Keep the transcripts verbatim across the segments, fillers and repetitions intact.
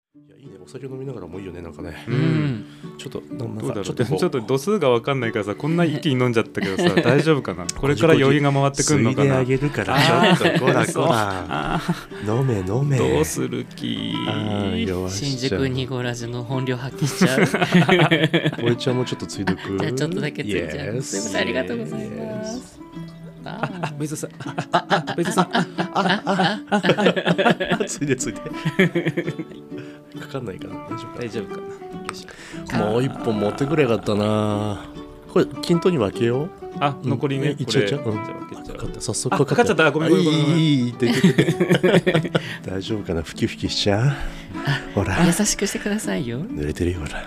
いやいいね、お酒飲みながらもいいよね、なんかね。 うん、 ちょっとなんかどうだろう、 ちょっとちょっと度数が分かんないからさ、こんな一気に飲んじゃったけどさ大丈夫かな。これから酔いが回ってくるのかな。 ついであげるからちょっとこらこら飲め飲め。 どうする気。 新宿にごラジの本領発揮しちゃう。おいちゃんもちょっとついでく。 じゃあちょっとだけついちゃう。すいません、ありがとうございます。 ああ、ベイゾさん、あ、ベイゾさん、 ついでついで。かかんないかな、大丈夫かな。 大丈夫かな。よし。 もう一本持ってくれよかったな。これ均等に分けよう。 あ、残りね、 一応じゃあ、 うん、じゃあ分けちゃう。 早速かかっちゃった。ごめんごめんごめん。 いい大丈夫かな、ふきふきしちゃう。ほら、 優しくしてくださいよ。 濡れてるよ、ほら。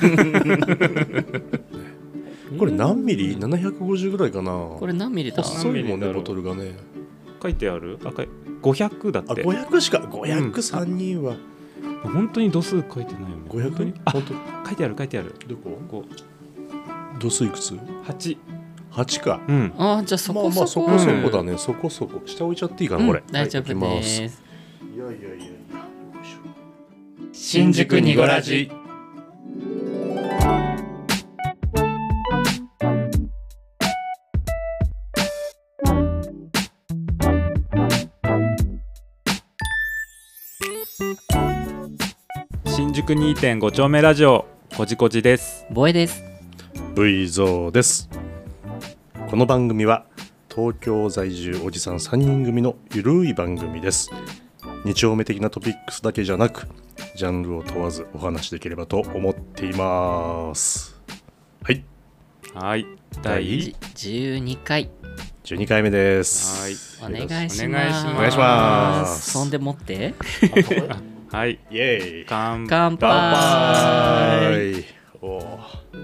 これ何ミリ ?ななひゃくごじゅうぐらいかな。 これ何ミリだ。 細いもんね、ボトルがね。 書いてある。あ、ごひゃくだって。 あ、ごひゃくしか。ごひゃくさんにんは本当に度数書いてないよね。 ごひゃく？ あ、書いてある書いてある。 どこ？ こう度数いくつ？ はち。 はちか。 うん。 あ、じゃあそこそこ。 まあまあそこそこだね。そこそこ。下置いちゃっていいかな、これ。 大丈夫です。 いやいやいやいや。 新宿にごラジ。 新宿 にてんご 丁目ラジオ、こじこじです。 ボエです。 V ゾーです。この番組は東京在住おじさんさんにん組のゆるい番組です。に丁目的なトピックスだけじゃなく、ジャンルを問わずお話しできればと思っています。はい、 はい、第じゅうにかいじゅうにかいめです。 はい、お願いします。 お願いします。 お願いします。 そんでもってはい、 イエーイ、 乾乾杯。 おー、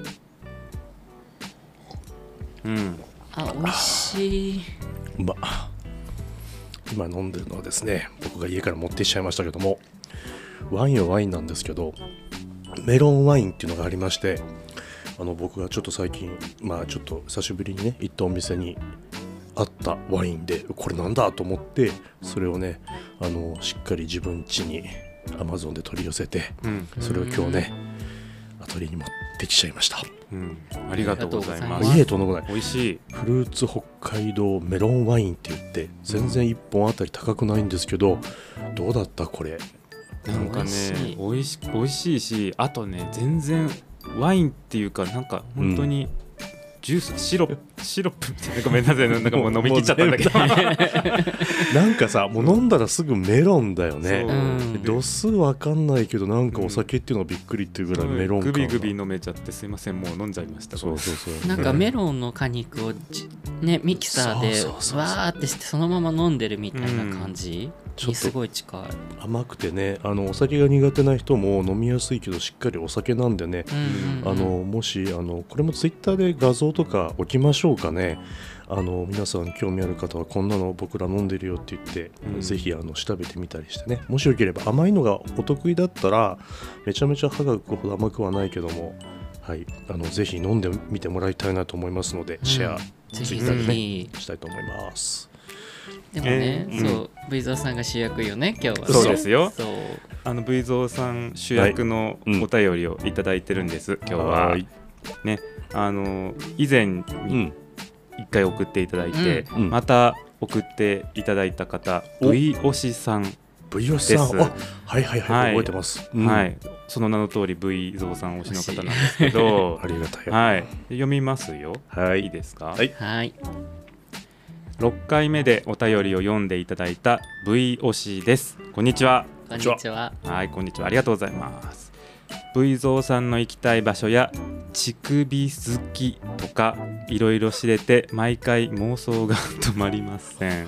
うん、 あ、美味しい。 うま。今飲んでるのはですね、僕が家から持ってきちゃいましたけども、ワインはワインなんですけど、メロンワインっていうのがありまして、あの僕がちょっと最近、まあちょっと久しぶりにね行ったお店にあったワインで、これなんだと思って、それをね、あのしっかり自分家にアマゾンで取り寄せて、うん、それを今日ねアトリエに持ってきちゃいました。 うん、ありがとうございます。 いえ、とんでもない。 美味しいフルーツ北海道メロンワインって言って、全然いっぽんあたり高くないんですけど、どうだったこれ。 なんかね、美味しい、美味しいし、あとね、全然ワインっていうか、なんか本当にジュース、シロップ、シロップみたいな、ごめんなさい、なんかもう飲み切っちゃったんだけどなんかさ、もう飲んだらすぐメロンだよね。 うん、 度数わかんないけど、なんかお酒っていうのがびっくりっていうぐらいメロン感が、 グビグビ飲めちゃって、すいません、もう飲んじゃいました。 そうそうそう、 なんかメロンの果肉をね、ミキサーでわーってしてそのまま飲んでるみたいな感じ、うん、すごい近い。 甘くてね、あのお酒が苦手な人も飲みやすいけど、しっかりお酒なんでね、うんうんうん、あのもしあのこれもツイッターで画像とか置きましょうかね。あの皆さん興味ある方は、こんなの僕ら飲んでるよって言って、うん、ぜひあの調べてみたりしてね、もしよければ甘いのがお得意だったら、めちゃめちゃ歯が浮くほど甘くはないけども、はい、あのぜひ飲んでみてもらいたいなと思いますので、うん、シェアツイッターでね、したいと思います。 でもね、 えー、 そう、V ゾーさんが主役よね、今日は。 そうですよ。 そう、あの V ゾーさん主役のお便りをいただいてるんです、はい、今日は。はい、ね、あの以前に、うん一回送っていただいて、うん、また送っていただいた方、 V 推しさんです。 V 推しさん、はいはいはい、はい、覚えてます、うん、 はい、その名の通り V ゾーさん推しの方なんですけどありがたい、 はい、読みますよ。 はい、 いいですか。 はい、 はい、 ろっかいめでお便りを読んでいただいた V 推しです。こんにちは。 こんにちは。 はい、こんにちは、ありがとうございます。 V ゾーさんの行きたい場所や乳首好きとかいろいろ知れて、毎回妄想が止まりません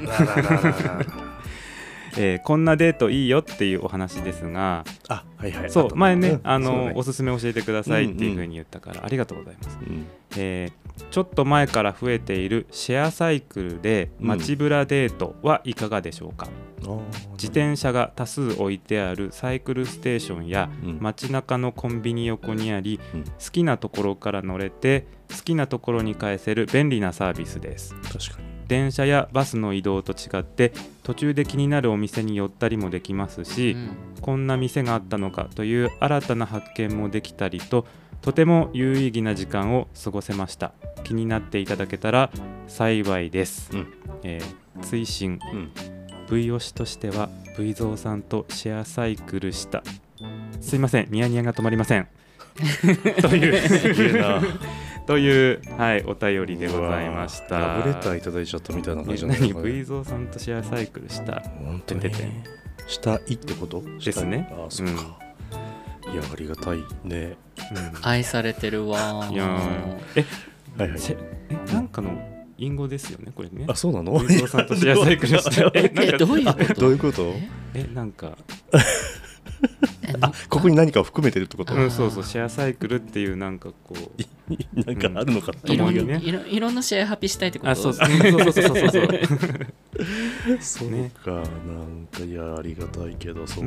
えー、こんなデートいいよっていうお話ですが、 あ、はいはい、 そう、前ね、 うん、 あの、 ね、 おすすめ教えてくださいっていう風に言ったから、うんうん、ありがとうございます、 うん、 えー、ちょっと前から増えているシェアサイクルで街ブラデートはいかがでしょうか。うん、自転車が多数置いてあるサイクルステーションや、うん、街中のコンビニ横にあり、うん、好きなところから乗れて好きなところに返せる便利なサービスです。 確かに。 電車やバスの移動と違って途中で気になるお店に寄ったりもできますし、うん、こんな店があったのかという新たな発見もできたりと、とても有意義な時間を過ごせました。気になっていただけたら幸いです、うんえー、追伸、うん、V 推しとしては V ゾーさんとシェアサイクルした。すいません、ニヤニヤが止まりませんというという、はい、お便りでございました。 ラブレターいただいちゃったみたいな感じじゃないですか。何 V ゾーさんとシェアサイクルした本当にしたいってことですね。 ああ、そっか、うん、いやありがたいね、 うん、愛されてるわ。 いやえ、はいはい、えなんかの隠語ですよねこれね。 あ、そうなの。 V ゾーさんとシェアサイクルしたええどういうことどういうことえなんかあ、ここに何かを含めてるってこと、 うん、そうそう、シェアサイクルっていうなんかこうなんかあるのかっていろんな、 ね、いろいろんなシェアハピしたいってこと。 あ、そうそうそうそうそうそうそうか、なんかいやありがたいけど、そう、うん、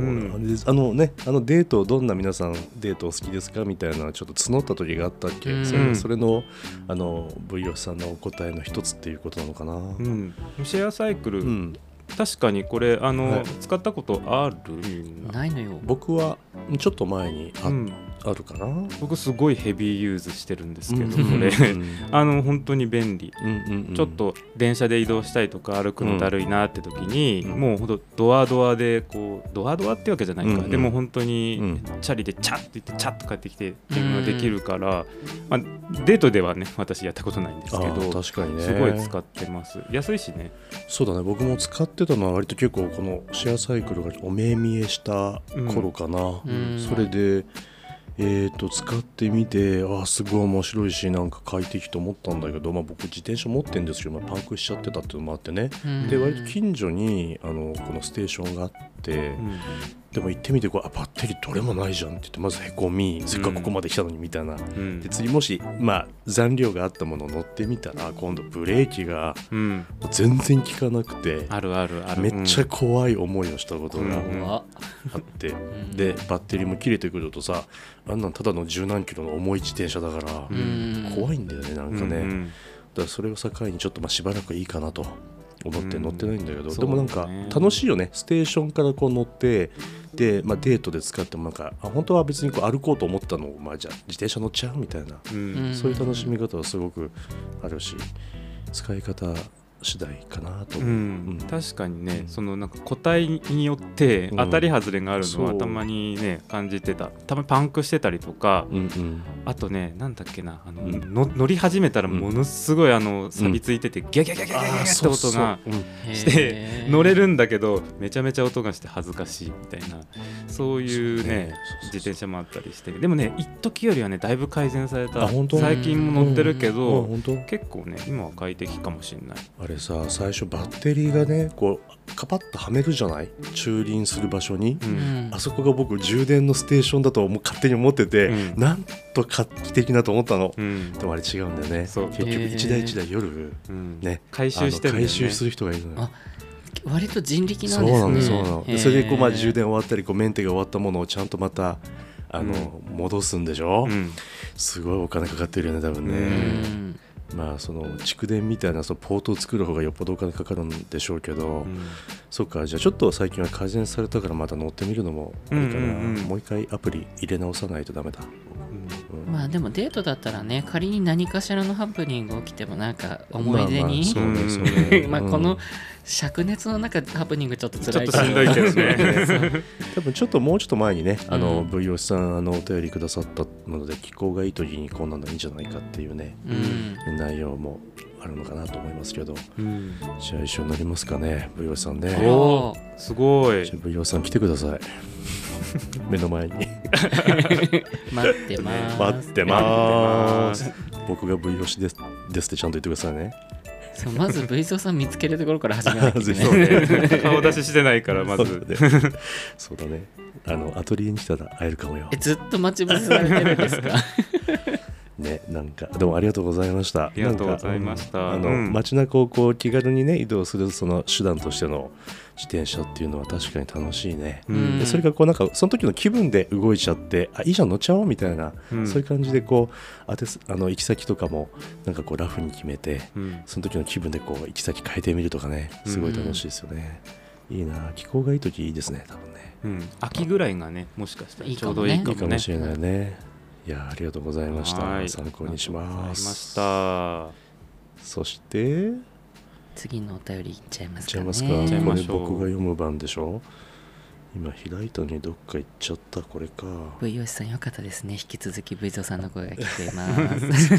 あのね、あのデートどんな皆さんデートお好きですかみたいなちょっと募った時があったっけ、うん、それ、それのあの V 推しさんのお答えの一つっていうことなのかな、うん、 シェアサイクル、うん、確かにこれあの、はい、使ったことある？ ないのよ。 僕はちょっと前に あ,、うん、あるかな。 僕すごいヘビーユーズしてるんですけど、これあの本当に便利、うんうんうん、ちょっと電車で移動したりとか歩くのだるいなって時に、うん、もうほんとドアドアでこうドアドアってわけじゃないか、うんうん、でも本当にチャリでチャッと行ってチャッと帰ってきてっていうのができるから、うんまあ、デートではね私やったことないんですけど、 確かにね、 すごい使ってます。安いしね。 そうだね、僕も使ってたのは割と結構このシェアサイクルがお目見えした頃かな、うん、それでえー、と使ってみて、あすごい面白いしなんか快適と思ったんだけど、まあ、僕自転車持ってるんですけど、まあ、パンクしちゃってたっていうのもあってね、うん、で割と近所にあのこのステーションがあって、うん、でも行ってみてこうあバッテリーどれもないじゃんって言ってまずへこみ、せっかくここまで来たのにみたいな、うん、で次もし、まあ、残量があったものを乗ってみたら今度ブレーキが全然効かなくて、うん、 あるあるある、 めっちゃ怖い思いをしたことがあって、うん、でバッテリーも切れてくるとさ、あんなんただの十何キロの重い自転車だから怖いんだよね、なんかね、うんうん、だからそれを境にちょっとまあしばらくいいかなと思って乗ってないんだけど、うん、でもなんか楽しいよね、ステーションからこう乗ってで、まあ、デートで使ってもなんかあ本当は別にこう歩こうと思ったのを、まあ、じゃあ自転車乗っちゃうみたいな、うん、そういう楽しみ方はすごくあるし、使い方次第かなと思う、うんうん、確かにね、うん、そのなんか個体によって当たり外れがあるのはたまにね、うん、感じてた。たまにパンクしてたりとか、うんうん、あとねなんだっけなあの、うん、の乗り始めたらものすごいあの錆びついてて、うん、ギャギャギャギャギャギャって音がして乗れるんだけどめちゃめちゃ音がして恥ずかしいみたいな、そういうね自転車もあったりして、でもね一時よりはねだいぶ改善された。最近も乗ってるけど、うんうん、結構ね今は快適かもしれない。 あれさ、最初バッテリーがねこうカパッとはめるじゃない、駐輪する場所に、うん、あそこが僕充電のステーションだともう勝手に思ってて、うん、なんと画期的なと思ったの、うん、でもあれ違うんだよね。結局一台一台夜、えーね、 回収してるんだよね。 回収する人がいるのよ。 割と人力なんですね。 そうなの、そうなの。でそれでこう、まあ、充電終わったりこうメンテが終わったものをちゃんとまたあの、うん、戻すんでしょ、うん、すごいお金かかってるよね多分ね、うんまあ、その蓄電みたいなそのポートを作る方がよっぽどお金かかるんでしょうけど、うん、そっか、じゃあちょっと最近は改善されたからまた乗ってみるのもありかな、うんうんうん、もう一回アプリ入れ直さないとダメだ、 うんうん、まあでもデートだったらね、仮に何かしらのハプニング起きてもなんか思い出にまあこの灼熱の中でハプニングちょっと辛いちょっとしんどいけどね多分ちょっともうちょっと前にねあの、うん、V 推しさんあのお便りくださったので気候がいい時にこんなのいいんじゃないかっていうね、うん、内容もあるのかなと思いますけど、うん、じゃあ一緒になりますかね V 推しさんね。 おすごい。 じゃあ V 推しさん来てください目の前に待ってまーす待ってまーす僕が V 推しですですってちゃんと言ってくださいね。 そうまず V ゾーさん見つけるところから始めなきゃいけないそうね顔出ししてないからまずそうだね、あのアトリエに来たら会えるかもよ。 えずっと待ち伏せされてるんですかね、なんかどうもありがとうございました。 ありがとうございました。 あの、うん、街中をこう気軽にね移動するその手段としての自転車っていうのは確かに楽しいね、 うん、 でそれがこうなんかその時の気分で動いちゃってあいいじゃん乗っちゃおうみたいな、うん、そういう感じでこうあてあの行き先とかもなんかこうラフに決めて、うん、その時の気分でこう行き先変えてみるとかねすごい楽しいですよね、うん、いいな気候がいい時いいですね多分ね、うん、 秋ぐらいがねもしかしたらちょうどいいかもね、 いいかもしれないね。いやありがとうございました。参考にします。 ましたそして次のお便りいっちゃいますかね。 いっちゃいますか。これ僕が読む番でしょ。今開いたのにどっか行っちゃった。これか。 V よしさんよかったですね。引き続き V ゾさんの声が聞こえます。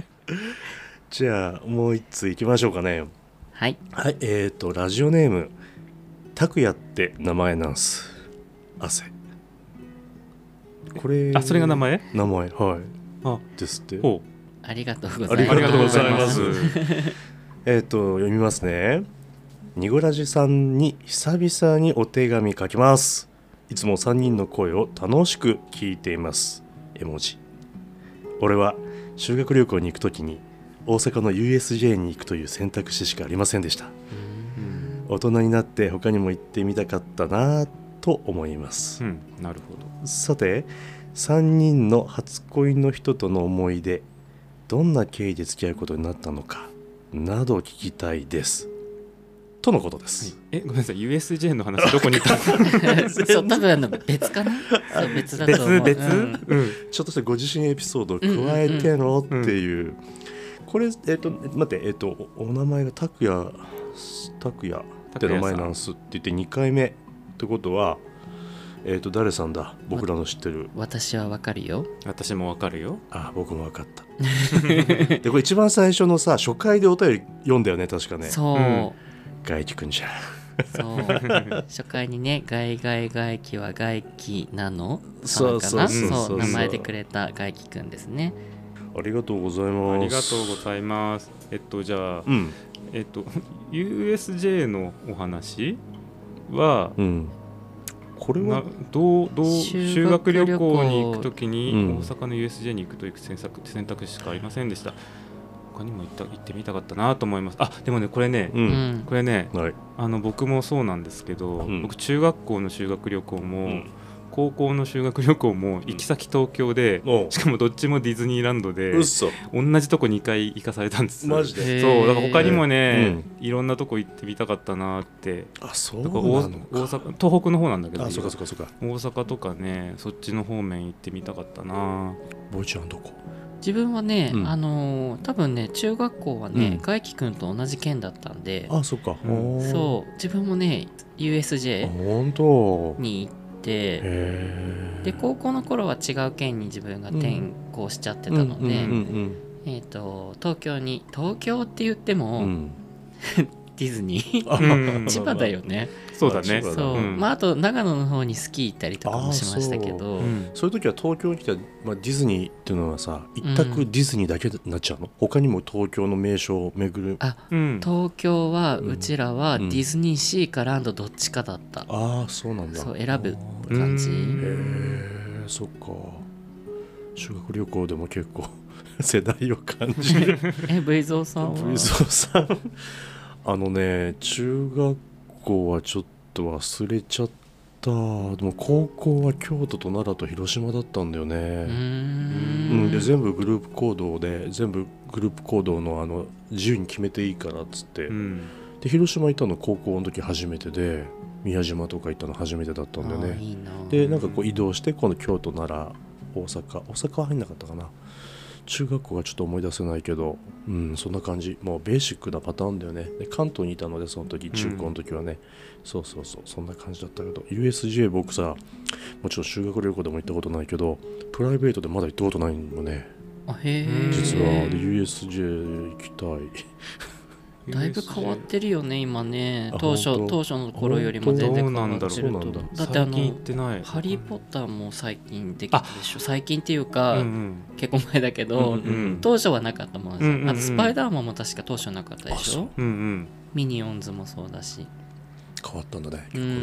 じゃあもう一つ行きましょうかね。 はい。 はい。えっとラジオネームたくやって名前なんす。汗。これあそれが名前名前はいあですってほうありがとうございますありがとうございますえっと読みますね。にごらじさんに久々にお手紙書きます。いつもさんにんの声を楽しく聞いています。絵文字。俺は修学旅行に行くときに大阪の ユーエスジェー に行くという選択肢しかありませんでした。大人になって他にも行ってみたかったなと思います、 うん、なるほど。 さてさんにんの初恋の人との思い出どんな経緯で付き合うことになったのかなど聞きたいですとのことです、 はい、えごめんなさい ユーエスジェー の話どこに行ったのそう多分あの別かなそう別だと思う別別、 うんうん、 ちょっとしたご自身エピソードを加えてのっていう、うんうんうん、これえっ、ー、と待ってえっ、ー、とお名前が拓也拓也って名前なんすって言ってにかいめってことはえーと誰さんだ僕らの知ってる。 私はわかるよ。 私もわかるよ。 あ僕もわかったでこれ一番最初のさ初回でお便り読んだよね確かね。 そう、うん、 外気くんじゃんそう初回にね外外外気は外気なのそうそうそうそうそう名前でくれた外気くんですね。 ありがとうございます。 ありがとうございます。えっとじゃあ、 うん、 えっと ユーエスジェー のお話は、 うんこれはどうどう修学旅行に行くときに大阪の ユーエスジェー に行くという選択、選択肢しかありませんでした。他にも行った行ってみたかったなと思います。あでもねこれね、うん、これね、はい、あの僕もそうなんですけど、うん、僕中学校の修学旅行も、うん、高校の修学旅行も行き先東京で、うん、しかもどっちもディズニーランドで同じとこにかい行かされたんです。 マジで。 そうだから他にもね、うん、いろんなとこ行ってみたかったなって。 あそうなのか。 大阪東北の方なんだけど。 あそうかそうかそうか。 大阪とかねそっちの方面行ってみたかったな。 ボイちゃんどこ？ 自分はね、うん、あのー、多分ね中学校はね、うん、外気くんと同じ県だったんで。 あそっか、 うん、そう自分もね ユーエスジェー本当に行ってで高校の頃は違う県に自分が転校しちゃってたので、えーと東京に東京って言っても、うん、ディズニー千葉だよね。 そうだね。 そう、うん、まああと長野の方にスキー行ったりとかもしましたけど、 そう、うん、そういう時は東京に来た、まあ、ディズニーっていうのはさ一択ディズニーだけになっちゃうの、うん、他にも東京の名所を巡る。 あ、うん、東京はうちらはディズニーシーかランドどっちかだった、うん、 ああそうなんだ。 そう選ぶ感じ。へえそっか。修学旅行でも結構世代を感じるえ V ゾーさんは V ゾーさんあのね中学校はちょっと忘れちゃった。でも高校は京都と奈良と広島だったんだよね。うーん、うん、で全部グループ行動で全部グループ行動のあの自由に決めていいからっつって、うん、で広島行ったの高校の時初めてで宮島とか行ったの初めてだったんだよね。 いいな。 でなんかこう移動して今度京都奈良大阪大阪は入んなかったかな。中学校はちょっと思い出せないけど、うん、そんな感じ。もうベーシックなパターンだよね。で関東にいたのでその時中高の時はね、うん、そうそうそうそんな感じだったけど ユーエスジェー 僕さもちろん修学旅行でも行ったことないけどプライベートでまだ行ったことないのね。 あへー実はで ユーエスジェー 行きたいだいぶ変わってるよね今ね。当初当初の頃よりも全然変わってると。だってあのハリーポッターも最近できたでしょ。最近っていうか、うんうん、結構前だけど、うんうん、当初はなかったもんです、うんうん、あとスパイダーマンも確か当初なかったでしょ、うんうん、ミニオンズもそうだし変わったんだね結構ね、うん、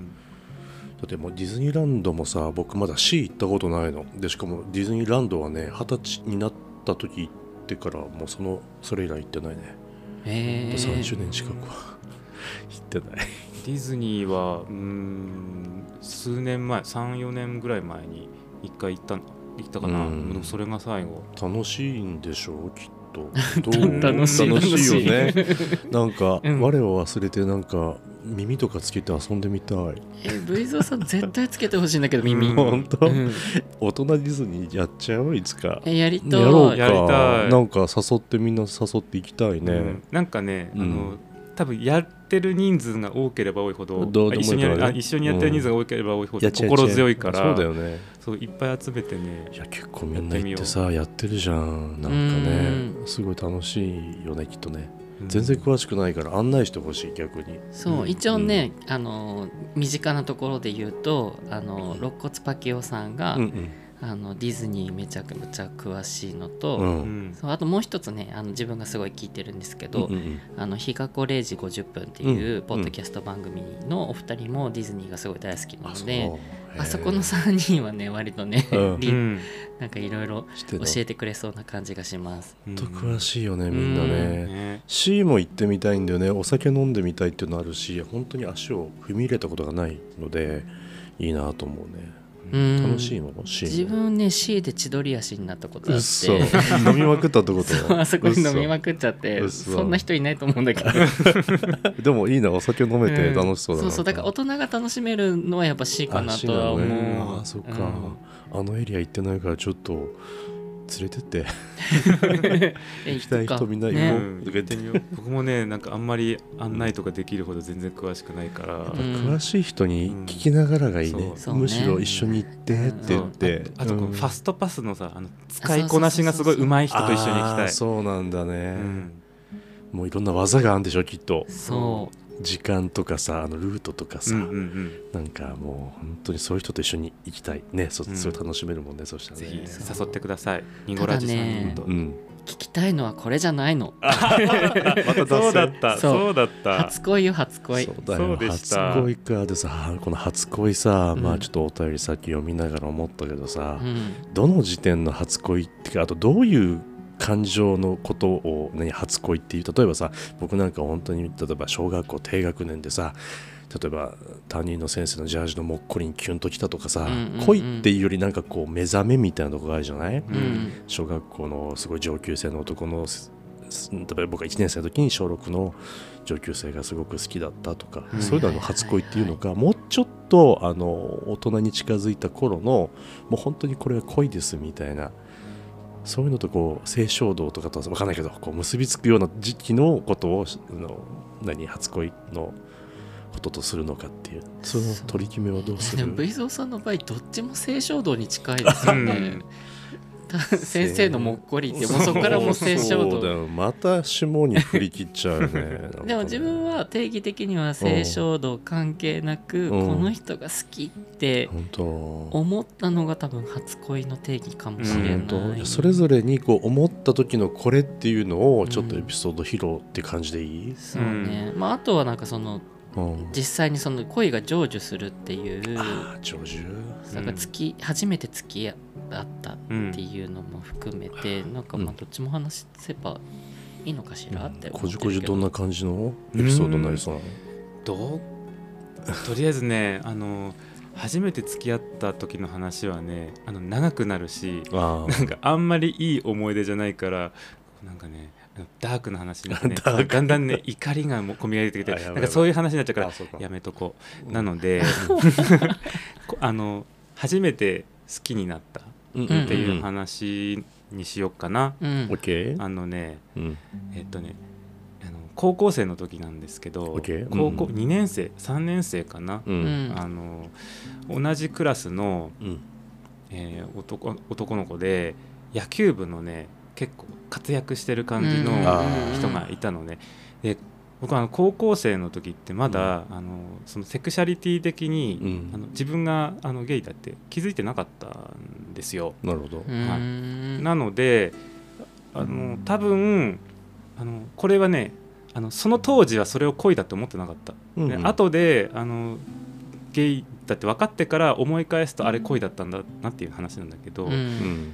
だってもうディズニーランドもさ僕まだ C 行ったことないのでしかもディズニーランドはねはたちになった時行ってからもうそのそれ以来行ってないね。さんじゅうねん近くは行ってないディズニーはうーん数年前 さん,よ 年ぐらい前に一回行った行ったかな、うん、それが最後。 楽しいんでしょうきっと楽しい楽しいよねなんか、うん、我を忘れてなんか耳とかつけて遊んでみたい。 え、ブイゾーさん絶対つけてほしいんだけど耳。 本当、うん、大人ディズニーやっちゃういつか。 え、やりたい。 やろうか。 やりたい。 なんか誘ってみんな誘っていきたいね。うん、 なんかね、うん、あの多分やってる人数が多ければ多いほど、 どうでもいいからね、 一緒にや、一緒にやってる人数が多ければ多いほど心強いから、 そうだよね。 そういっぱい集めてね。 いや結構みんな行ってさやってるじゃん。なんかねすごい楽しいよねきっとね。全然詳しくないから案内してほしい逆に。 そう、うん、一応ね、うん、あの身近なところで言うとあの肋骨パキオさんが、うんうん、あのディズニーめちゃくちゃ詳しいのと、うん、そうあともう一つねあの自分がすごい聞いてるんですけど、うんうん、あの日がこれいじごじゅっぷんっていうポッドキャスト番組のお二人もディズニーがすごい大好きなので、うん、あ, あそこのさんにんはね割とね、うん、なんかいろいろ教えてくれそうな感じがします。 本当詳しいよねみんなね、うんね、C も行ってみたいんだよね。お酒飲んでみたいっていうのあるし本当に足を踏み入れたことがないのでいいなと思うね。楽しいの C も。 自分ね C で千鳥足になったことあってそう飲みまくったってことそうあそこに飲みまくっちゃってそんな人いないと思うんだけどでもいいなお酒飲めて楽しそうだな、 うん、そうそうだから大人が楽しめるのはやっぱ C かなとは思う。 あ, ね、あそっか、うん、あのエリア行ってないからちょっと連れてって行きたい人みんな行こう、ね、 行ってみよう僕もねなんかあんまり案内とかできるほど全然詳しくないから、うん、 詳しい人に聞きながらがいいね、うん、むしろ一緒に行ってって言って、 うん、あとこうファストパスのさあの使いこなしがすごい上手い人と一緒に行きたい。 そうなんだね、うん、もういろんな技があるんでしょきっと。 そう時間とかさあのルートとかさ、うんうんうん、なんかもう本当にそういう人と一緒に行きたいね。 そ, それ楽しめるもんね、うん、そしたらねぜひ誘ってください。ニゴラジさんと、 うん、聞きたいのはこれじゃないのまたそうだったそうだった初恋よ初恋。 そうだよそうでした初恋か。でさこの初恋さ、うん、まあちょっとお便り先読みながら思ったけどさ、うん、どの時点の初恋ってかあとどういう感情のことを、ね、初恋っていう例えばさ僕なんか本当に例えば小学校低学年でさ例えば担任の先生のジャージのもっこりにキュンときたとかさ、うんうんうん、恋っていうよりなんかこう目覚めみたいなとこがあるじゃない、うん、小学校のすごい上級生の男の例えば僕がいちねん生の時に小ろくの上級生がすごく好きだったとか、うん、そういうのの初恋っていうのか、はいはいはい、もうちょっとあの大人に近づいた頃のもう本当にこれは恋ですみたいなそういうのとこう性衝動とかとは分かんないけどこう結びつくような時期のことをの何初恋のこととするのかっていうその取り決めはどうする？ でも ブイゾーさんの場合どっちも性衝動に近いですよね先生のもっこりってもうそこからもう性衝動そうだよまた下に振り切っちゃうねでも自分は定義的には性衝動関係なく、うん、この人が好きって思ったのが多分初恋の定義かもしれない、 うん、それぞれにこう思った時のこれっていうのをちょっとエピソード披露って感じでいい？ うん、そうね、まあ、あとはなんかそのうん、実際にその恋が成就するっていうあ成就だから付き、うん、初めて付き合ったっていうのも含めて、うん、なんかまあどっちも話せばいいのかしら、うん、って思ってるけど、こじこじどんな感じのエピソードになりそうなの？ どうとりあえずねあの初めて付き合った時の話はねあの長くなるしあなんかあんまりいい思い出じゃないからなんかねダークな話になって、ね、だんだんね怒りがも込み上げてきてなんかそういう話になっちゃうからやめとこう、うん、なのであの初めて好きになったっていう話にしようかな、うんうん、あのね、うん、えっとねあの高校生の時なんですけど、okay? 高校にねん生さんねん生かな、うん、あの同じクラスの、うんえー、男, 男の子で野球部のね結構活躍してる感じの人がいたので、で僕はあの高校生の時ってまだ、うん、あのそのセクシャリティ的に、うん、あの自分があのゲイだって気づいてなかったんですよ。 なるほど、 はい、なのであの多分あのこれはねあのその当時はそれを恋だって思ってなかった、うんうん、後であのゲイだって分かってから思い返すとあれ恋だったんだなっていう話なんだけど、うん、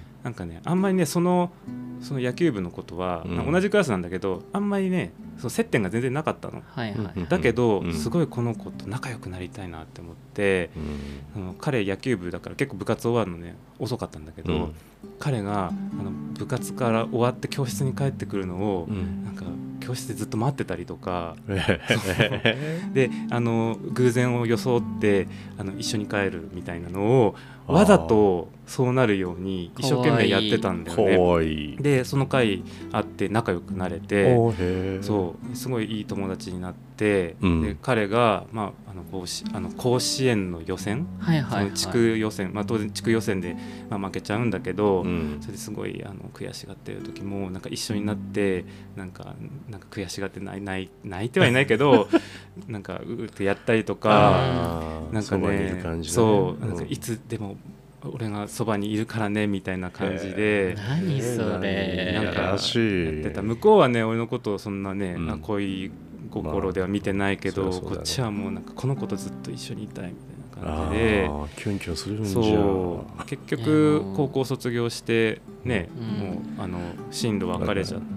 なんかねあんまりねそのその野球部のことは、うん、同じクラスなんだけどあんまりねそう接点が全然なかったの、 はいはい、 だけど、うん、すごいこの子と仲良くなりたいなって思って、うん、あの彼野球部だから結構部活終わるのね遅かったんだけど、うん、彼があの部活から終わって教室に帰ってくるのを、うん、なんか教室でずっと待ってたりとかであの偶然を装ってあの一緒に帰るみたいなのをわざとそうなるように一生懸命やってたんだよね。 かわいい。 でその回あって仲良くなれて、そうすごいいい友達になって、うん、で彼が、まあ、あの甲子あの甲子園の予選、はいはいはい、その地区予選、まあ、当然地区予選で、まあ、負けちゃうんだけど、うん、それですごいあの悔しがってる時もなんか一緒になってなんかなんか悔しがって泣い泣泣いてはいないけどなんかうってやったりとかなんかね、そうなんかいつでも俺がそばにいるからねみたいな感じで、 何それなんかやってた。向こうはね俺のことをそんなね、うん、恋心では見てないけど、まあね、こっちはもうなんかこの子とずっと一緒にいたいみたいな感じで、 あキュンキュンするんじゃ。 そう結局高校卒業してね、うん、もうあの進路別れちゃって、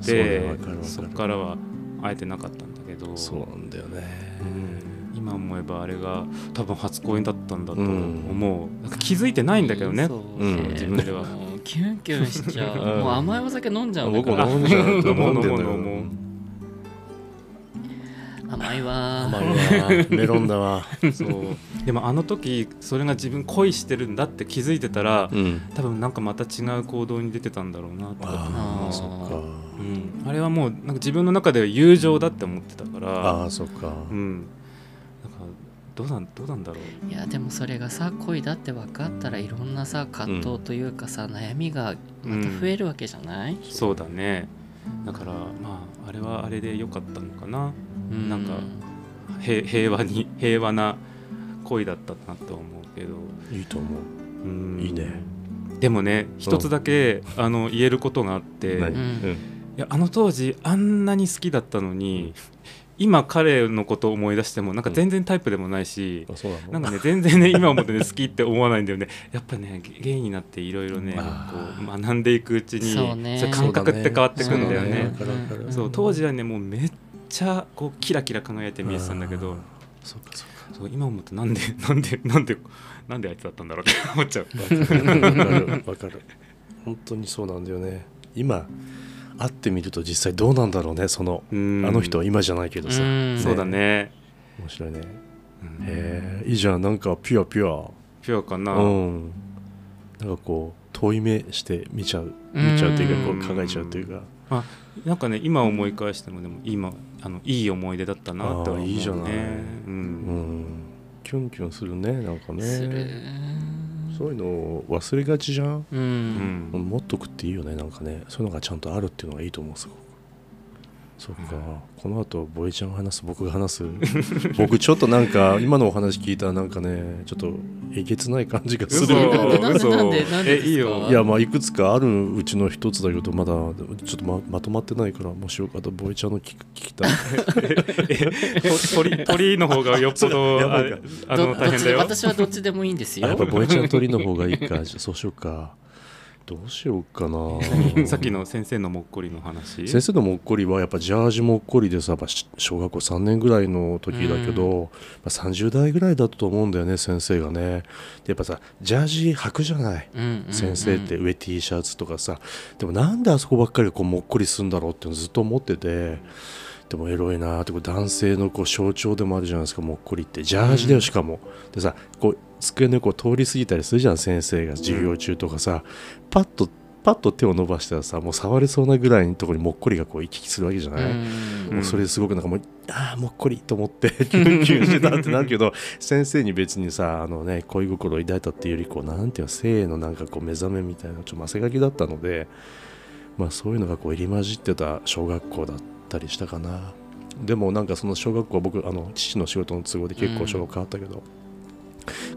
そっからは会えてなかったんだけど。 そうなんだよね、 うん今思えばあれが多分初恋だったんだと思う、うん、なんか気づいてないんだけどね、うん、自分ではキュンキュンしちゃうもう甘いお酒飲んじゃうんだから僕も飲んじゃう飲んでんだよ甘いわ甘いわメロンだわそうでもあの時それが自分恋してるんだって気づいてたら、うん、多分なんかまた違う行動に出てたんだろうなとかああそっか、 うん、あれはもうなんか自分の中では友情だって思ってたからああそっかうんどうなん、どうなんだろう。 いやでもそれがさ恋だって分かったらいろんなさ葛藤というかさ、うん、悩みがまた増えるわけじゃない、うん、 そうだね。だからまああれはあれで良かったのかな、うん、なんか平和に平和な恋だったなと思うけどいいと思う、うん、いいね。 でもね一つだけ、うん、あの言えることがあって、うん、いやあの当時あんなに好きだったのに、うん今彼のことを思い出してもなんか全然タイプでもないし、うん、な, なんかね全然ね今思ってね好きって思わないんだよね。やっぱねゲイになっていろいろねこう学んでいくうちにそう、ね、そう感覚って変わってくんだよね。そう当時はねもうめっちゃこうキラキラ輝いて見えてたんだけどそうかそうかそう今思うとなんでなんでなんでなんであいつだったんだろうって思っちゃう。 わかるわかる本当にそうなんだよね。今会ってみると実際どうなんだろうねそのあの人は今じゃないけどさ、 ね、そうだね面白いね。へえいいじゃんなんかピュアピュアピュアかな、 うん、なんかこう遠い目して見ちゃう見ちゃうというかこう考えちゃうというかまあ、なんかね今思い返してもでも今あのいい思い出だったなって思うね。 いいじゃない、うんうん、キュンキュンするねなんかねするそういうのを忘れがちじゃん、うん、持っとくっていいよねなんかねそういうのがちゃんとあるっていうのがいいと思うすごく。そうか、うん、この後ボイちゃんが話す僕が話す僕ちょっとなんか今のお話聞いたらなんかねちょっとえげつない感じがする。 なんでなんでなんでですか。 いいよ。 いやまあいくつかあるうちの一つだけどまだちょっと ま, まとまってないからもしよかったらボイちゃんの聞, 聞きたい鳥, 鳥の方がよっぽどああの大変だよ。 私はどっちでもいいんですよ。 やっぱボイちゃん鳥の方がいいかそうしようか。どうしようかなさっきの先生のもっこりの話。 先生のもっこりはやっぱジャージもっこりでさ小学校さんねんぐらいの時だけど、まあ、さんじゅう代ぐらいだったと思うんだよね先生がね。でやっぱさジャージ履くじゃない、うんうんうん、先生って上 T シャツとかさ。でもなんであそこばっかりこうもっこりするんだろうってずっと思っててでもエロいなってこう男性のこう象徴でもあるじゃないですかもっこりってジャージだよしかも、うん、でさこう机の横を通り過ぎたりするじゃん先生が授業中とかさ、うん、パッとパッと手を伸ばしたらさもう触れそうなぐらいのところにもっこりがこう行き来するわけじゃない。うもうそれすごくなんかもうああもっこりと思ってキュンキュンしてたってなるけど先生に別にさあのね恋心を抱いたっていうよりこうなんていうの性のなんかこう目覚めみたいなちょっとませがきだったのでまあそういうのがこう入り混じってた小学校だったりしたかな。でもなんかその小学校僕あの父の仕事の都合で結構小学校変わったけど、うん、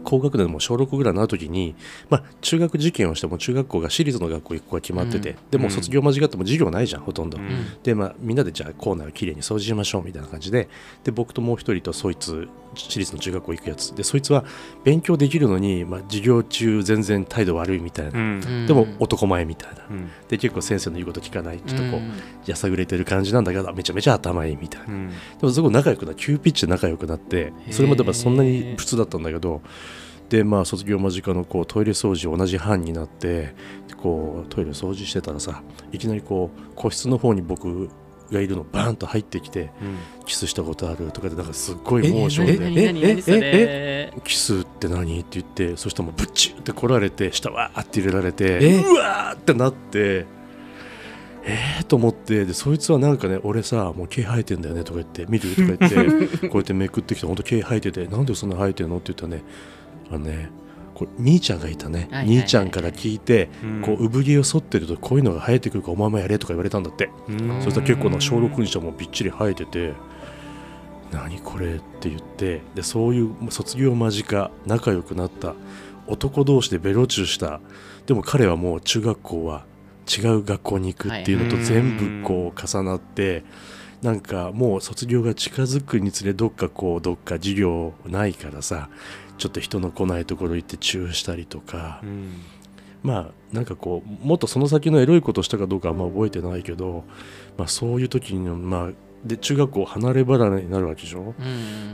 高学年でも小ろくぐらいになる時に、まあ、中学受験をしても中学校が私立の学校行く子が決まってて、うん、でも卒業間近っても授業ないじゃんほとんど、うん、で、まあ、みんなでじゃあ校内をきれいに掃除しましょうみたいな感じで、で僕ともう一人とそいつ私立の中学校行くやつで、そいつは勉強できるのに、まあ、授業中全然態度悪いみたいな、うん、でも男前みたいな、うん、で結構先生の言うこと聞かないちょっとこう、うん、やさぐれてる感じなんだけどめちゃめちゃ頭いいみたいな、うん、でもすごい仲良くな急ピッチで仲良くなって、それまではそんなに普通だったんだけど、でまあ卒業間近のこうトイレ掃除同じ班になってこうトイレ掃除してたらさ、いきなりこう個室の方に僕がいるのバーンと入ってきて、うん、キスしたことあるとかでなんかすっごいモーションでええええキスって何って言って、そしたらもうブッチュって来られて下わーって入れられてうわーってなってえーと思って、でそいつはなんかね俺さもう毛生えてんだよねとか言って見るとか言ってこうやってめくってきて本当毛生えててなんでそんな生えてんのって言ったらねあのねこれ兄ちゃんがいたね、はいはいはいはい、兄ちゃんから聞いて、うん、こう産毛を剃ってるとこういうのが生えてくるからお前もやれとか言われたんだって。そしたら結構な小ろくにしてもびっちり生えてて何これって言って、でそういう卒業間近仲良くなった男同士でベロチューした、でも彼はもう中学校は違う学校に行くっていうのと全部こう重なって、はい、なんかもう卒業が近づくにつれどっかこうどっか授業ないからさちょっと人の来ないところ行ってチューしたりとか、うん、まあなんかこうもっとその先のエロいことしたかどうかはあんま覚えてないけど、まあ、そういう時にまあで中学校離れ離れになるわけでしょ、うん、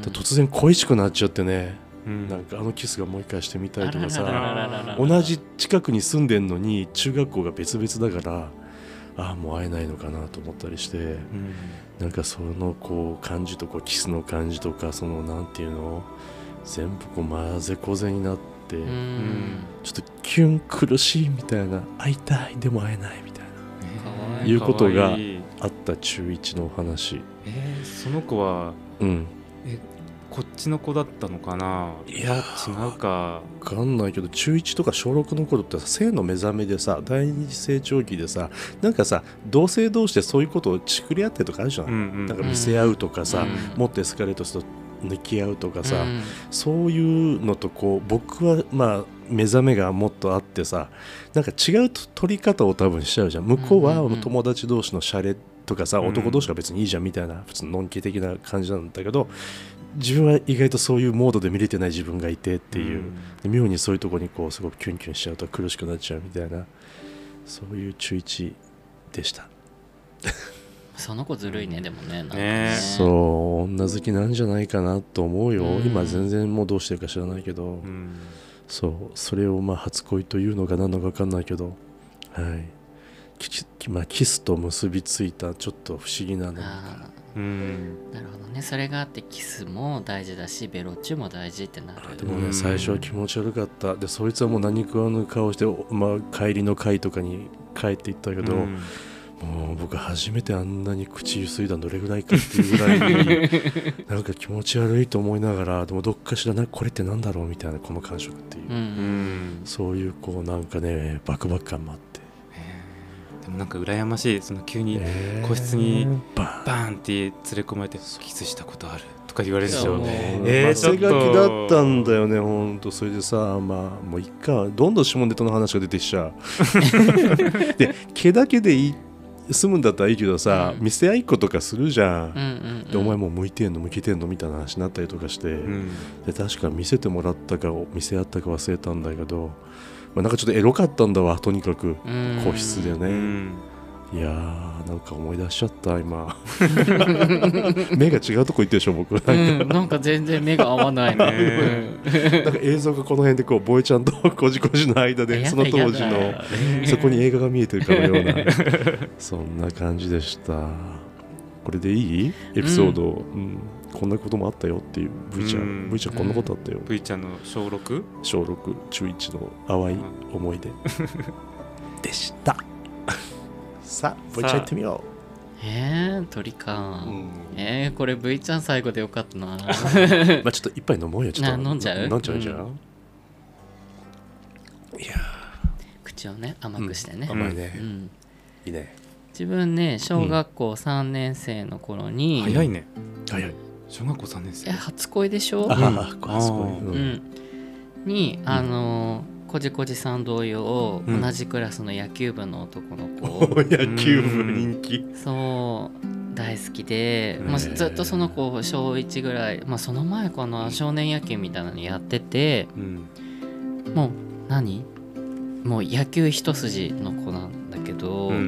突然恋しくなっちゃってね、うん、なんかあのキスがもう一回してみたいとかさ、同じ近くに住んでんのに中学校が別々だからああもう会えないのかなと思ったりして、うん、なんかそのこう感じとこうキスの感じとかそのなんていうの全部こう混ぜこぜになって、うん、ちょっとキュン苦しいみたいな、会いたいでも会えないみたいな、えー、いうことがあった中いちのお話。 えー、その子は、うん、えこっちの子だったのかな。いや違うか分かんないけど中いちとか小ろくの頃って性の目覚めでさ第二次成長期でさなんかさ同性同士でそういうことをちくり合ってとかあるじゃん、うんうん、なんか見せ合うとかさ、うん、もっとエスカレートすると抜き合うとかさ、うん、そういうのとこう僕はまあ目覚めがもっとあってさなんか違う取り方を多分しちゃうじゃん。向こうは友達同士のシャレとかさ、うん、男同士が別にいいじゃんみたいな普通ののんき的な感じなんだけど自分は意外とそういうモードで見れてない自分がいてっていう、うん、妙にそういうところにこうすごくキュンキュンしちゃうと苦しくなっちゃうみたいなそういう中いちでしたその子ずるいねでも ね, なんかねそう女好きなんじゃないかなと思うよ、うん、今全然もうどうしてるか知らないけど、うん、そうそれをまあ初恋というのか何のか分かんないけど、はいきまあ、キスと結びついたちょっと不思議なのか、 うん、なるほどね。それがあってキスも大事だしベロチュも大事ってなる。 でもね、うん、最初は気持ち悪かったでそいつはもう何食わぬ顔して、まあ、帰りの会とかに帰っていったけど、うんもう僕初めてあんなに口ゆすいだのどれぐらいかっていうぐらいになんか気持ち悪いと思いながらでもどっかしらなこれってなんだろうみたいなこの感触っていう、うん、そういうこうなんかねバクバク感もあって、 でもなんか羨ましいその急に個室にバーンって連れ込まれてキスしたことあるとか言われるでしょ。 えー、汗がきだったんだよねほんと。それでさまあもういっかどんどん下ネタの話が出てきちゃうで毛だけでいい住むんだったらいいけどさ、うん、見せ合いっことかするじゃん、うんうんうん、でお前もう向いてんの向けてんのみたいな話になったりとかして、うん、で確か見せてもらったか見せ合ったか忘れたんだけど、まあ、なんかちょっとエロかったんだわとにかく個室でね、うん、いやーなんか思い出しちゃった今目が違うとこ行ってるでしょ僕なんか、うん、 なんか全然目が合わないねなんか映像がこの辺でこうボエちゃんとコジコジの間でその当時のそこに映画が見えてるかのようなそんな感じでした。これでいいエピソード、うんうん、こんなこともあったよっていう V ちゃん、うん、V ちゃんこんなことあったよ、 うん、V ちゃんの小 ろく? 小ろく中いちの淡い思い出でしたさあ V ちゃん行ってみよう。 えー、鳥か、うん、えー、これ V ちゃん最後でよかったなまあちょっと一杯飲もうよちょっと飲んじゃう飲んじゃうじゃん、うん、いや口をね甘くしてね、 うん、甘いね、うん、いいね。 自分ね小学校さんねん生の頃に、 うん、早いね早い小学校さんねん生え初恋でしょ。 あ、うん、初恋、 うん、 に、うん、あのこじこじさん同様、うん、同じクラスの野球部の男の子、 野球部人気、 そう大好きで、まあ、ずっとその子しょういちぐらい、まあ、その前かな少年野球みたいなのやってて、うん、もう何もう野球一筋の子なんだけど、うん、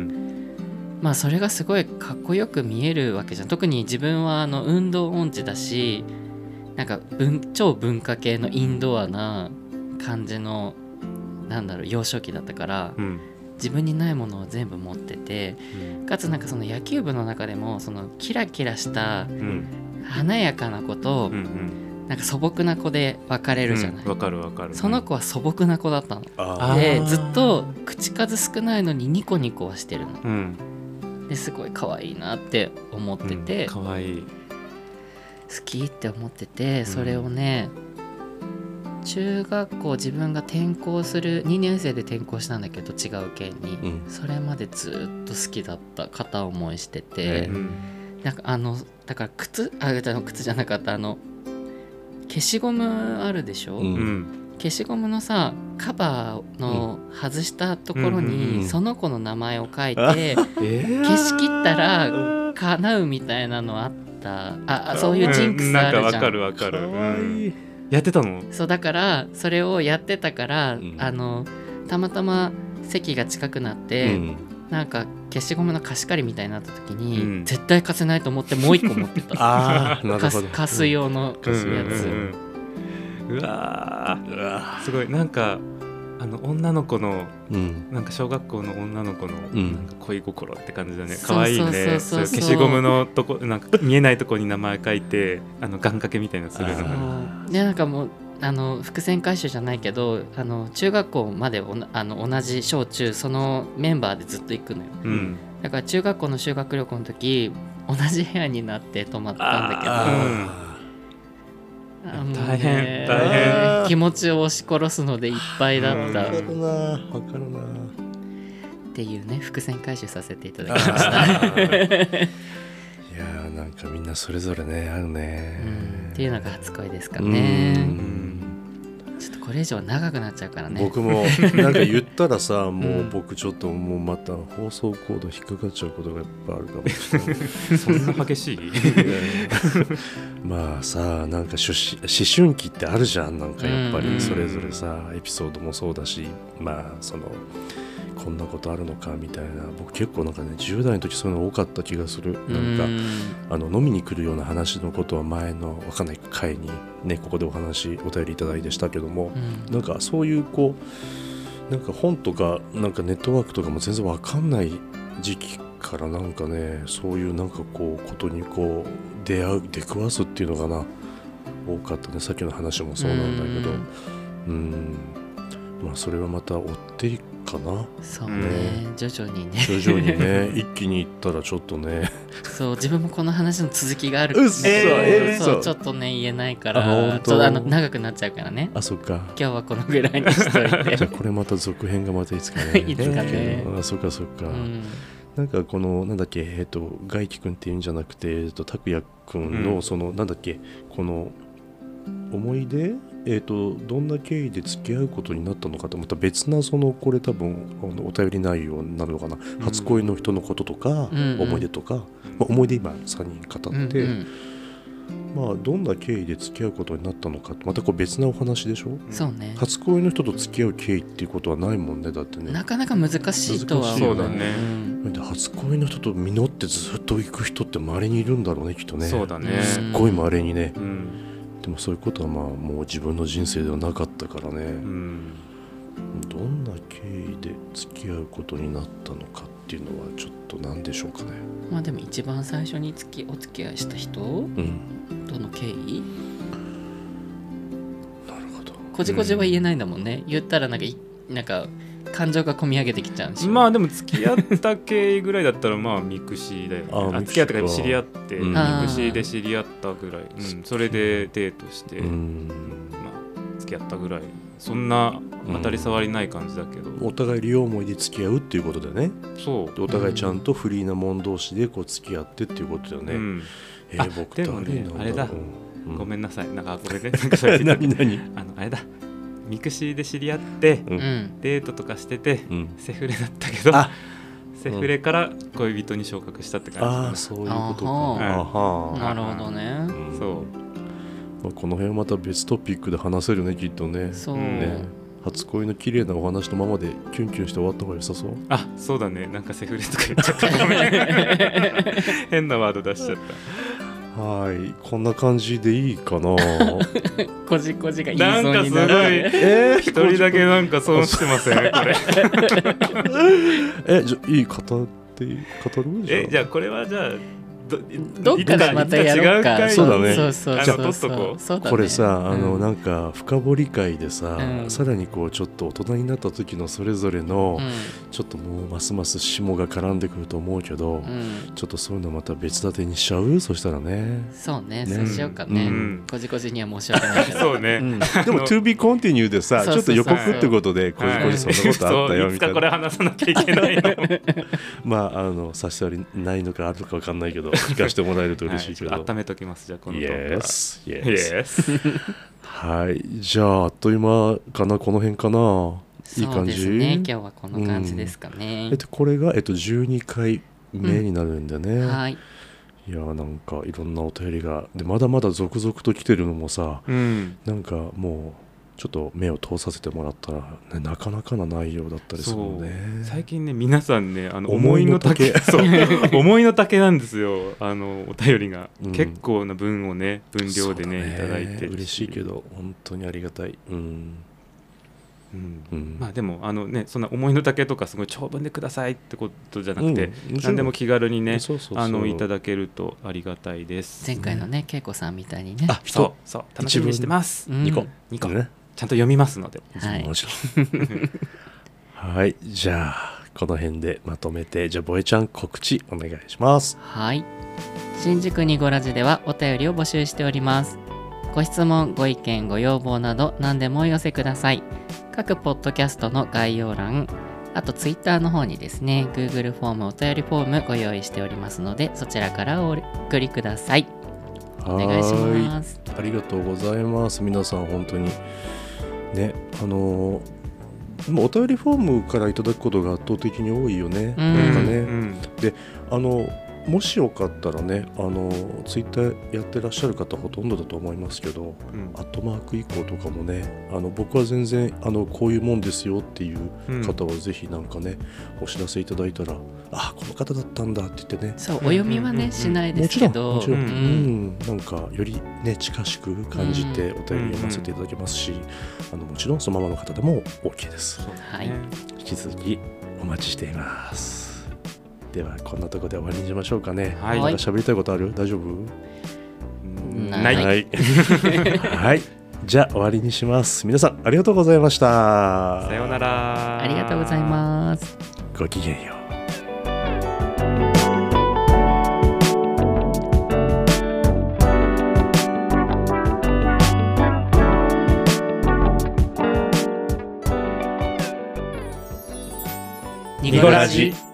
まあそれがすごいかっこよく見えるわけじゃん。特に自分はあの運動音痴だし、なんか文超文化系のインドアな感じのなんだろう幼少期だったから、うん、自分にないものを全部持ってて、うん、かつなんかその野球部の中でもそのキラキラした華やかな子と、うんうん、なんか素朴な子で分かれるじゃない。 わ、うん、かるわかる。 その子は素朴な子だったので、ずっと口数少ないのにニコニコはしてるの、うん、ですごい可愛いなって思ってて、 うん、可愛い好きって思ってて、それをね、うん、中学校自分が転校するにねん生で転校したんだけど違う県に、うん、それまでずっと好きだった片思いしてて、うん、なんかあのだから靴あの靴じゃなかったあの消しゴムあるでしょ、うん、消しゴムのさカバーの外したところにその子の名前を書いて、うん、消し切ったら叶うみたいなのあった。あ、そういうジンクスあるじゃん、うん、なんかわかるわかる、うん、 やってたの？ そうだからそれをやってたから、うん、あのたまたま席が近くなって、うん、なんか消しゴムの貸し借りみたいになった時に、うん、絶対貸せないと思ってもう一個持ってたあーなるほど。 貸す用のやつ、うんうんうん、うわーすごいなんかあの女の子の、うん、なんか小学校の女の子のなんか恋心って感じだね。可愛いね。消しゴムのとこなんか見えないとこに名前書いてあの願掛けみたいなするのがでなんかもうあの伏線回収じゃないけどあの中学校までおあの同じ小中そのメンバーでずっと行くのよ、うん、だから中学校の修学旅行の時同じ部屋になって泊まったんだけど、あ大変大変気持ちを押し殺すのでいっぱいだった。 わかるなわかるなっていうね伏線回収させていただきましたいやーなんかみんなそれぞれねあるね、 うん、っていうのが初恋ですかね。うんちょっとこれ以上長くなっちゃうからね。 僕もなんか言ったらさもう僕ちょっともうまた放送コード引っかかっちゃうことがいっぱいあるかもしれないそんな激しいまあさなんか思春期ってあるじゃんなんかやっぱりそれぞれさエピソードもそうだしまあそのこんなことあるのかみたいな僕結構なんかねじゅう代の時そういうの多かった気がする。なんかあの飲みに来るような話のことは前のわかんない回にねここでお話お便りいただいてしたけども、うん、なんかそういうこうなんか本とかなんかネットワークとかも全然わかんない時期からなんかねそういうなんかこうことにこう出会う出くわすっていうのかな多かったね。さっきの話もそうなんだけどうんうんまあそれはまた追っていくかな。 そうね、うん、徐々にね徐々にね一気にいったらちょっとねそう自分もこの話の続きがあるうっそ、えー、そうちょっとね言えないからちょっとあの長くなっちゃうからね。 あそっか今日はこのぐらいにしといてじゃあこれまた続編がまたいつかねいつかねあそっかそっか、うん、なんかこのなんだっけえっ、ー、と外輝くんっていうんじゃなくてえっ、ー、と拓也くんのその、うん、なんだっけこの思い出えーと、どんな経緯で付き合うことになったのかとまた別なそのこれ多分あのお便り内容になるのかな、うん、初恋の人のこととか、うんうん、思い出とか、まあ、思い出今さんにん語って、うんうん、まあどんな経緯で付き合うことになったのかまたこう別なお話でしょ。 そうね初恋の人と付き合う経緯っていうことはないもんね。だってねなかなか難しいとは思う。そうだね、 うん、で初恋の人と実ってずっと行く人って稀にいるんだろうねきっとね。 そうだねすっごい稀にね、 うんでもそういうことはまあもう自分の人生ではなかったからね、うん、どんな経緯で付き合うことになったのかっていうのはちょっと何でしょうかね。 まあでも一番最初に付きお付き合いした人、うん、との経緯なるほどこじこじは言えないんだもんね、うん、言ったらなんかなんか感情が込み上げてきちゃうし。 まあでも付き合った経緯ぐらいだったらまあミクシーだよね。あ付き合ったから知り合って、うん、ミクシーで知り合ったぐらい、うん、それでデートして、うんまあ、付き合ったぐらいそんな当たり障りない感じだけど、 うん、お互い両思いで付き合うっていうことだよね。 そうお互いちゃんとフリーな者同士でこう付き合ってっていうことだよね、うん、えー、僕でもねあれだ、うん、ごめんなさいなんかこれね何何あのあれだミクシーで知り合って、 うん、 デートとかしてて、うん、セフレだったけどセフレから恋人に昇格したって感じかな。 あ、そういうことか。 あ、なるほどね、 うん、そう、 まあ、この辺はまた別トピックで話せるねきっとね。 そうね、初恋の綺麗なお話のままでキュンキュンして終わった方が良さそう。 あ、そうだね、なんかセフレとか言っちゃったごめん変なワード出しちゃった。 はい、こんな感じでいいかなこじこじが言いそうになる。 なんかすごい、えー、一人だけなんか損してませんこれえ、じゃあいい語って語るじゃあ。 え、じゃあこれはじゃあど, どっかでまたやろうか。 そうだね。 そうそうそうそうそうそうだね。 これさ、あの、うん、なんか深掘り会でさ、 うん、 さらにこうちょっと大人になった時のそれぞれの、うん、ちょっともうますます霜が絡んでくると思うけど、うん、ちょっとそういうのまた別立てにしちゃう。そしたらね。 そうね、ね、そうしようかね。うん、こじこじには申し訳ないけど。 そうね。うん、 でも to be continue でさ、ちょっと予告ってことでこじこじそんなことあったよみたいな。 いつかこれ話さなきゃいけないの。 まああの差し障りないのかあるのか分かんないけど聞かせてもらえると嬉しいけど、 はい、温めときます。じゃあこのトークは Yes, yes はい、じゃああっという間かな、この辺かな。いい感じ。 そうですね、今日はこの感じですかね、うん、 えっと、これが、えっと、じゅうにかいめになるんでね、 うん、はい。 いやなんかいろんなお便りがでまだまだ続々と来てるのもさ、うん、なんかもうちょっと目を通させてもらったら、ね、なかなかな内容だったりするのね。 最近ね皆さんねあの思いの丈そう思いの丈なんですよ。あのお便りが、うん、結構な文をね分量で ね, ねいただいて嬉しいけど本当にありがたい。うんうんうん、まあでもあのねそんな思いの丈とかすごい長文でくださいってことじゃなくて、うん、何でも気軽にねそうそうそうあのいただけるとありがたいです。 前回のね恵子さんみたいにね、 あそうそう楽しみにしてます。 にこにこねちゃんと読みますので、 はい、 はい、じゃあこの辺でまとめて、じゃあボエちゃん告知お願いします。 はい、新宿にごラジではお便りを募集しております。ご質問ご意見ご要望など何でもお寄せください。各ポッドキャストの概要欄、あとツイッターの方にですね Google フォームお便りフォームご用意しておりますので、そちらからお送りください。お願いします。 ありがとうございます。皆さん本当にね、あのー、お便りフォームからいただくことが圧倒的に多いよね。うん、なんかね、うん、であのもしよかったらね、あのツイッターやってらっしゃる方ほとんどだと思いますけど、うん、アットマーク以降とかもね、あの僕は全然あのこういうもんですよっていう方はぜひなんかね、うん、お知らせいただいたら、あ、この方だったんだって言ってね、 そうお読みはね、うん、しないですけど、 もちろんもちろん、うんうん、なんかよりね近しく感じてお便り読ませていただけますし、うんうん、あのもちろんそのままの方でも OK です。 はい、 引き続きお待ちしています。ではこんなところで終わりにしましょうかね。はい、まだ喋りたいことある？大丈夫？ ない。 はい、はい、じゃあ終わりにします。皆さんありがとうございました。 さようなら。 ありがとうございます。 ごきげんよう。 ニコラジ。